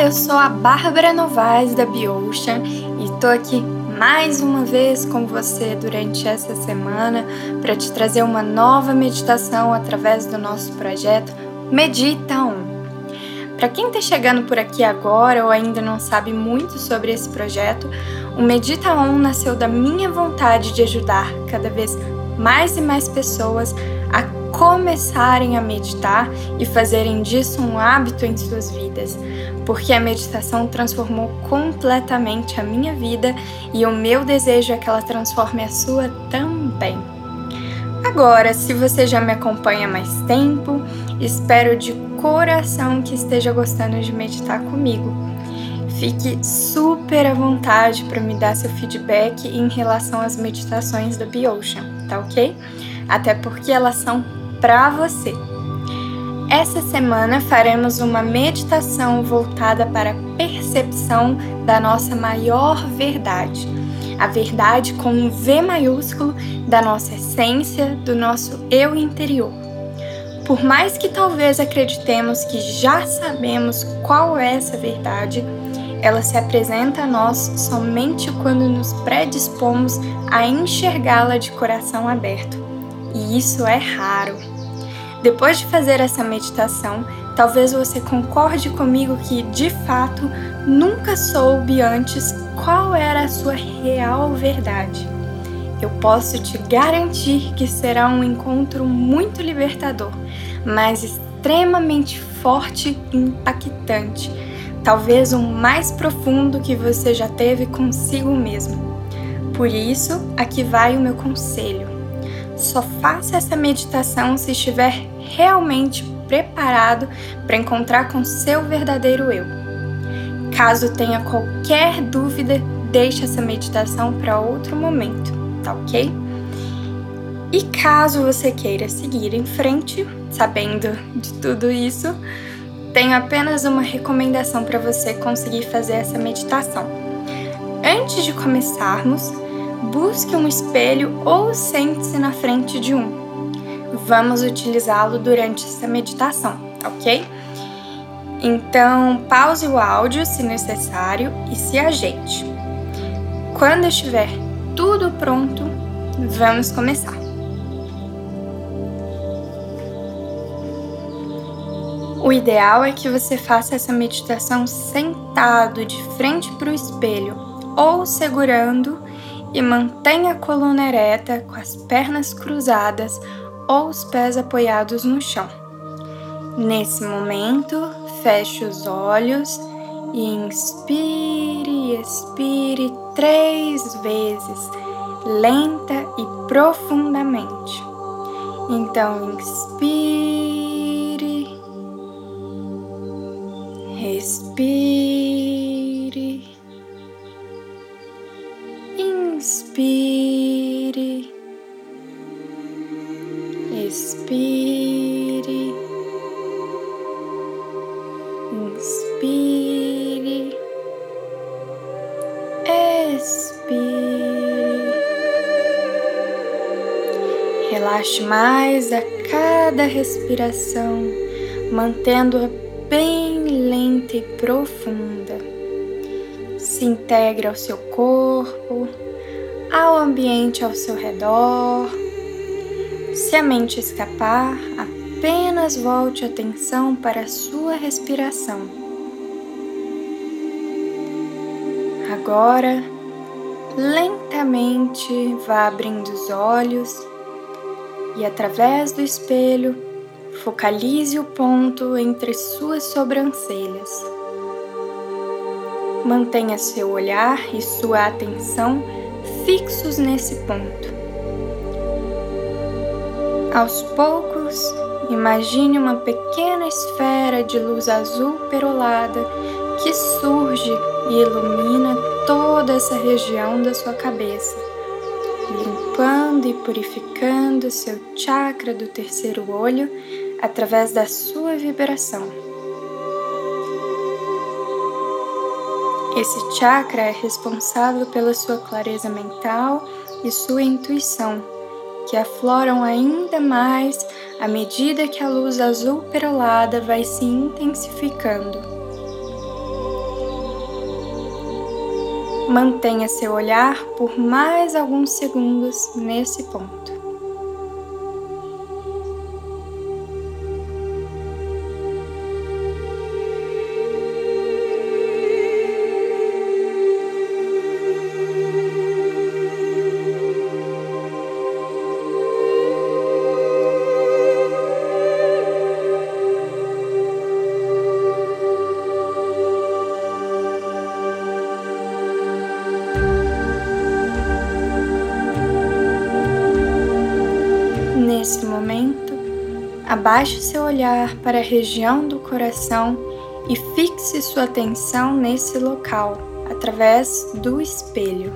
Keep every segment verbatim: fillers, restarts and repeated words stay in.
eu sou a Bárbara Novaes da Biocean e tô aqui mais uma vez com você durante essa semana para te trazer uma nova meditação através do nosso projeto Medita On. Para quem está chegando por aqui agora ou ainda não sabe muito sobre esse projeto, o Medita On nasceu da minha vontade de ajudar cada vez mais e mais pessoas a começarem a meditar e fazerem disso um hábito em suas vidas, porque a meditação transformou completamente a minha vida e o meu desejo é que ela transforme a sua também. Agora, se você já me acompanha há mais tempo, espero de coração que esteja gostando de meditar comigo. Fique super à vontade para me dar seu feedback em relação às meditações da Biocean, tá ok? Até porque elas são para você. Essa semana faremos uma meditação voltada para a percepção da nossa maior verdade, a verdade com um V maiúsculo da nossa essência, do nosso eu interior. Por mais que talvez acreditemos que já sabemos qual é essa verdade, ela se apresenta a nós somente quando nos predispomos a enxergá-la de coração aberto. E isso é raro. Depois de fazer essa meditação, talvez você concorde comigo que, de fato, nunca soube antes qual era a sua real verdade. Eu posso te garantir que será um encontro muito libertador, mas extremamente forte e impactante. Talvez o mais profundo que você já teve consigo mesmo. Por isso, aqui vai o meu conselho. Só faça essa meditação se estiver realmente preparado para encontrar com seu verdadeiro eu. Caso tenha qualquer dúvida, deixe essa meditação para outro momento, tá ok? E caso você queira seguir em frente, sabendo de tudo isso, tenho apenas uma recomendação para você conseguir fazer essa meditação. Antes de começarmos, busque um espelho ou sente-se na frente de um. Vamos utilizá-lo durante essa meditação, ok? Então, pause o áudio se necessário e se ajeite. Quando estiver tudo pronto, vamos começar. O ideal é que você faça essa meditação sentado de frente para o espelho ou segurando e mantenha a coluna ereta com as pernas cruzadas ou os pés apoiados no chão. Nesse momento, feche os olhos e inspire e expire três vezes, lenta e profundamente. Então, inspire, respire, inspire, expire, inspire, expire. Relaxe mais a cada respiração, mantendo-a bem lenta e profunda. Se integre ao seu corpo, ao ambiente ao seu redor. Se a mente escapar, apenas volte a atenção para a sua respiração. Agora, lentamente vá abrindo os olhos e, através do espelho, focalize o ponto entre suas sobrancelhas. Mantenha seu olhar e sua atenção fixos nesse ponto. Aos poucos, imagine uma pequena esfera de luz azul perolada que surge e ilumina toda essa região da sua cabeça, limpando e purificando seu chakra do terceiro olho através da sua vibração. Esse chakra é responsável pela sua clareza mental e sua intuição, que afloram ainda mais à medida que a luz azul perolada vai se intensificando. Mantenha seu olhar por mais alguns segundos nesse ponto. Nesse momento, abaixe seu olhar para a região do coração e fixe sua atenção nesse local, através do espelho.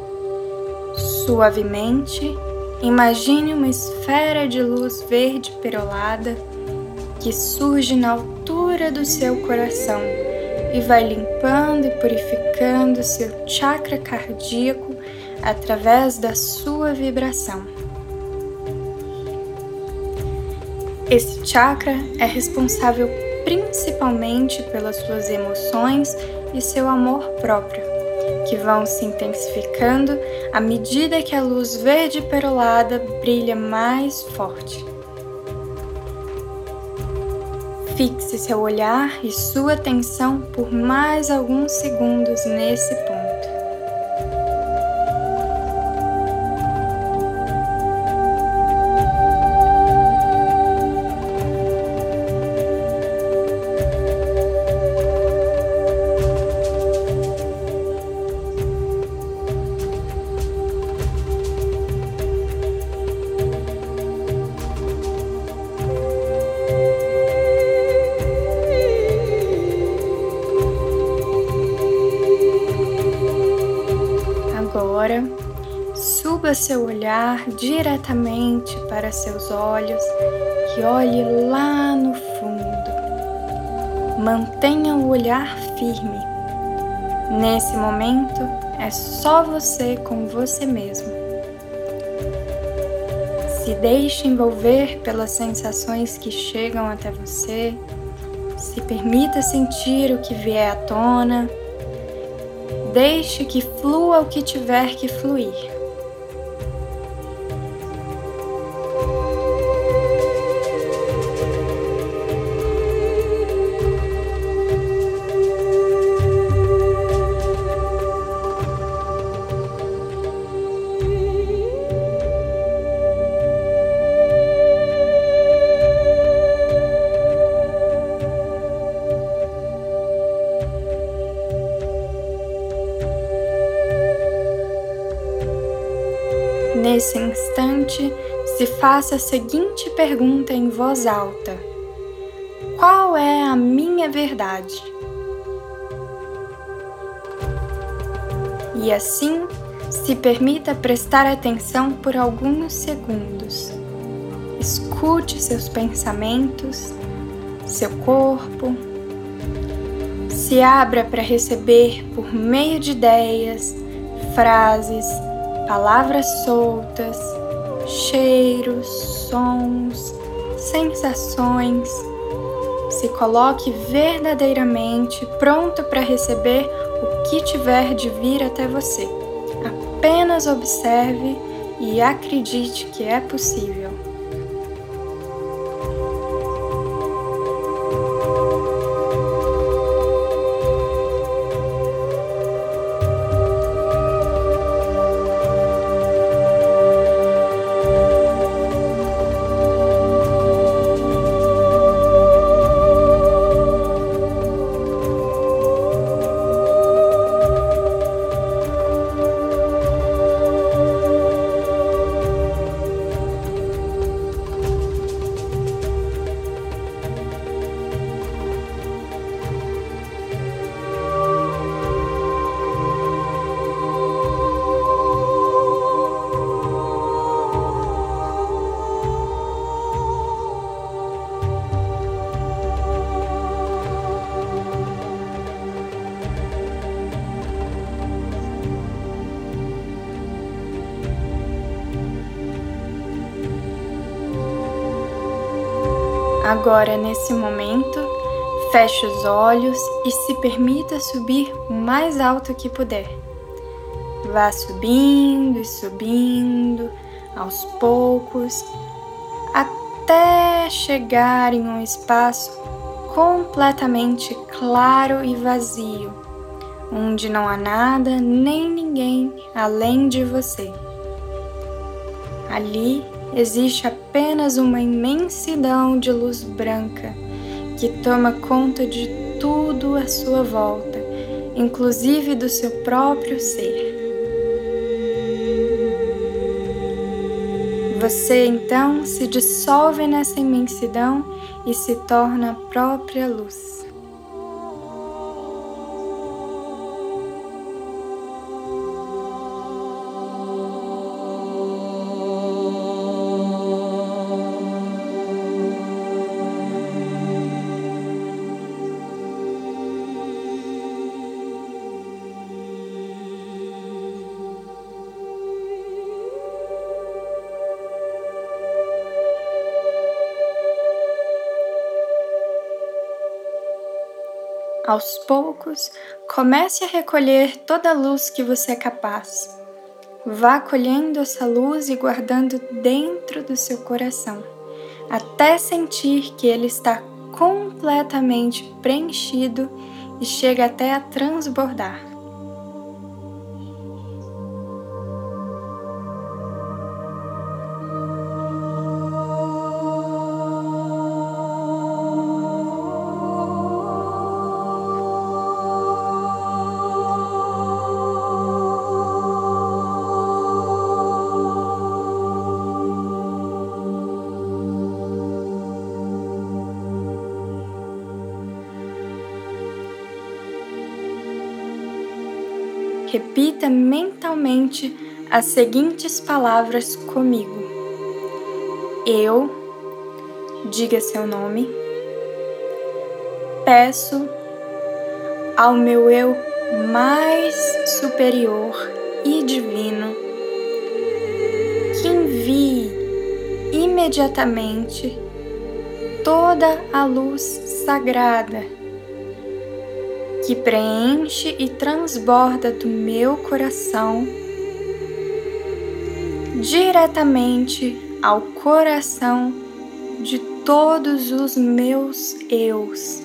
Suavemente, imagine uma esfera de luz verde perolada que surge na altura do seu coração e vai limpando e purificando seu chakra cardíaco através da sua vibração. Esse chakra é responsável principalmente pelas suas emoções e seu amor próprio, que vão se intensificando à medida que a luz verde perolada brilha mais forte. Fixe seu olhar e sua atenção por mais alguns segundos nesse ponto. Agora, suba seu olhar diretamente para seus olhos e olhe lá no fundo. Mantenha o olhar firme. Nesse momento, é só você com você mesmo. Se deixe envolver pelas sensações que chegam até você. Se permita sentir o que vier à tona. Deixe que flua o que tiver que fluir. Nesse instante, se faça a seguinte pergunta em voz alta: qual é a minha verdade? E assim, se permita prestar atenção por alguns segundos. Escute seus pensamentos, seu corpo. Se abra para receber por meio de ideias, frases, palavras soltas, cheiros, sons, sensações. Se coloque verdadeiramente pronto para receber o que tiver de vir até você. Apenas observe e acredite que é possível. Agora, nesse momento, feche os olhos e se permita subir o mais alto que puder. Vá subindo e subindo aos poucos até chegar em um espaço completamente claro e vazio, onde não há nada nem ninguém além de você. Ali existe apenas uma imensidão de luz branca que toma conta de tudo à sua volta, inclusive do seu próprio ser. Você então se dissolve nessa imensidão e se torna a própria luz. Aos poucos, comece a recolher toda a luz que você é capaz. Vá colhendo essa luz e guardando dentro do seu coração, até sentir que ele está completamente preenchido e chega até a transbordar. Repita mentalmente as seguintes palavras comigo. Eu, diga seu nome, peço ao meu eu mais superior e divino que envie imediatamente toda a luz sagrada que preenche e transborda do meu coração diretamente ao coração de todos os meus eus,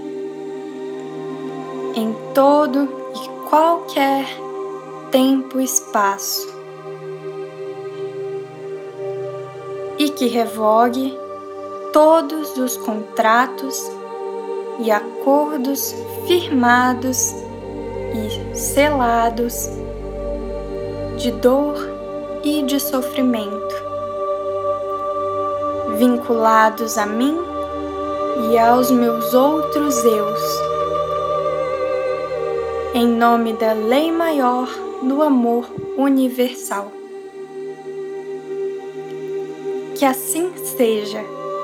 em todo e qualquer tempo e espaço, e que revogue todos os contratos e acordos firmados e selados de dor e de sofrimento, vinculados a mim e aos meus outros eus, em nome da lei maior do amor universal. Que assim seja.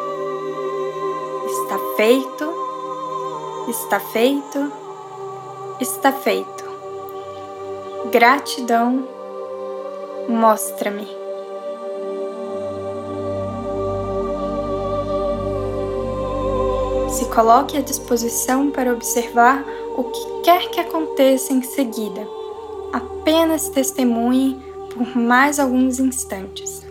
Está feito. Está feito, está feito. Gratidão, mostra-me. Se coloque à disposição para observar o que quer que aconteça em seguida. Apenas testemunhe por mais alguns instantes.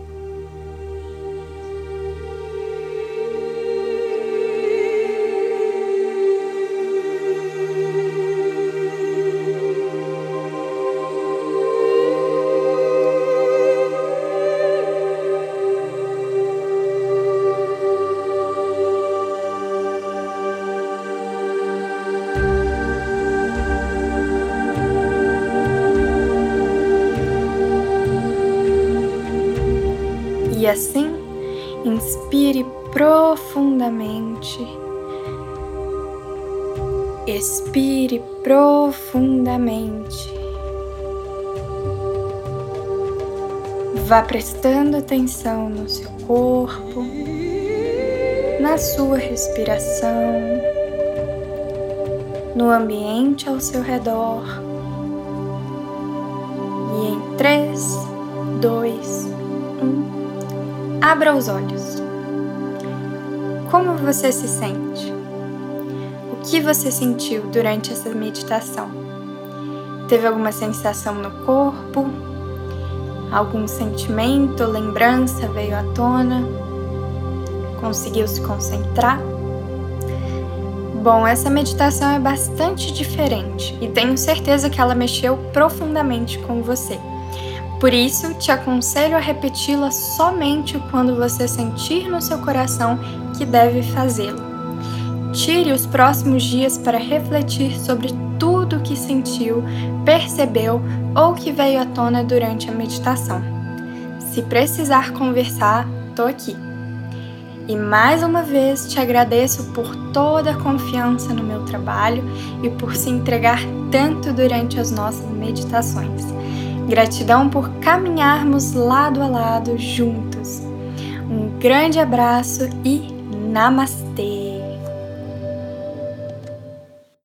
E assim, inspire profundamente, expire profundamente. Vá prestando atenção no seu corpo, na sua respiração, no ambiente ao seu redor. E em três, dois, um, abra os olhos. Como você se sente? O que você sentiu durante essa meditação? Teve alguma sensação no corpo? Algum sentimento, lembrança veio à tona? Conseguiu se concentrar? Bom, essa meditação é bastante diferente e tenho certeza que ela mexeu profundamente com você. Por isso, te aconselho a repeti-la somente quando você sentir no seu coração que deve fazê-lo. Tire os próximos dias para refletir sobre tudo o que sentiu, percebeu ou que veio à tona durante a meditação. Se precisar conversar, tô aqui. E mais uma vez te agradeço por toda a confiança no meu trabalho e por se entregar tanto durante as nossas meditações. Gratidão por caminharmos lado a lado juntos. Um grande abraço e Namastê!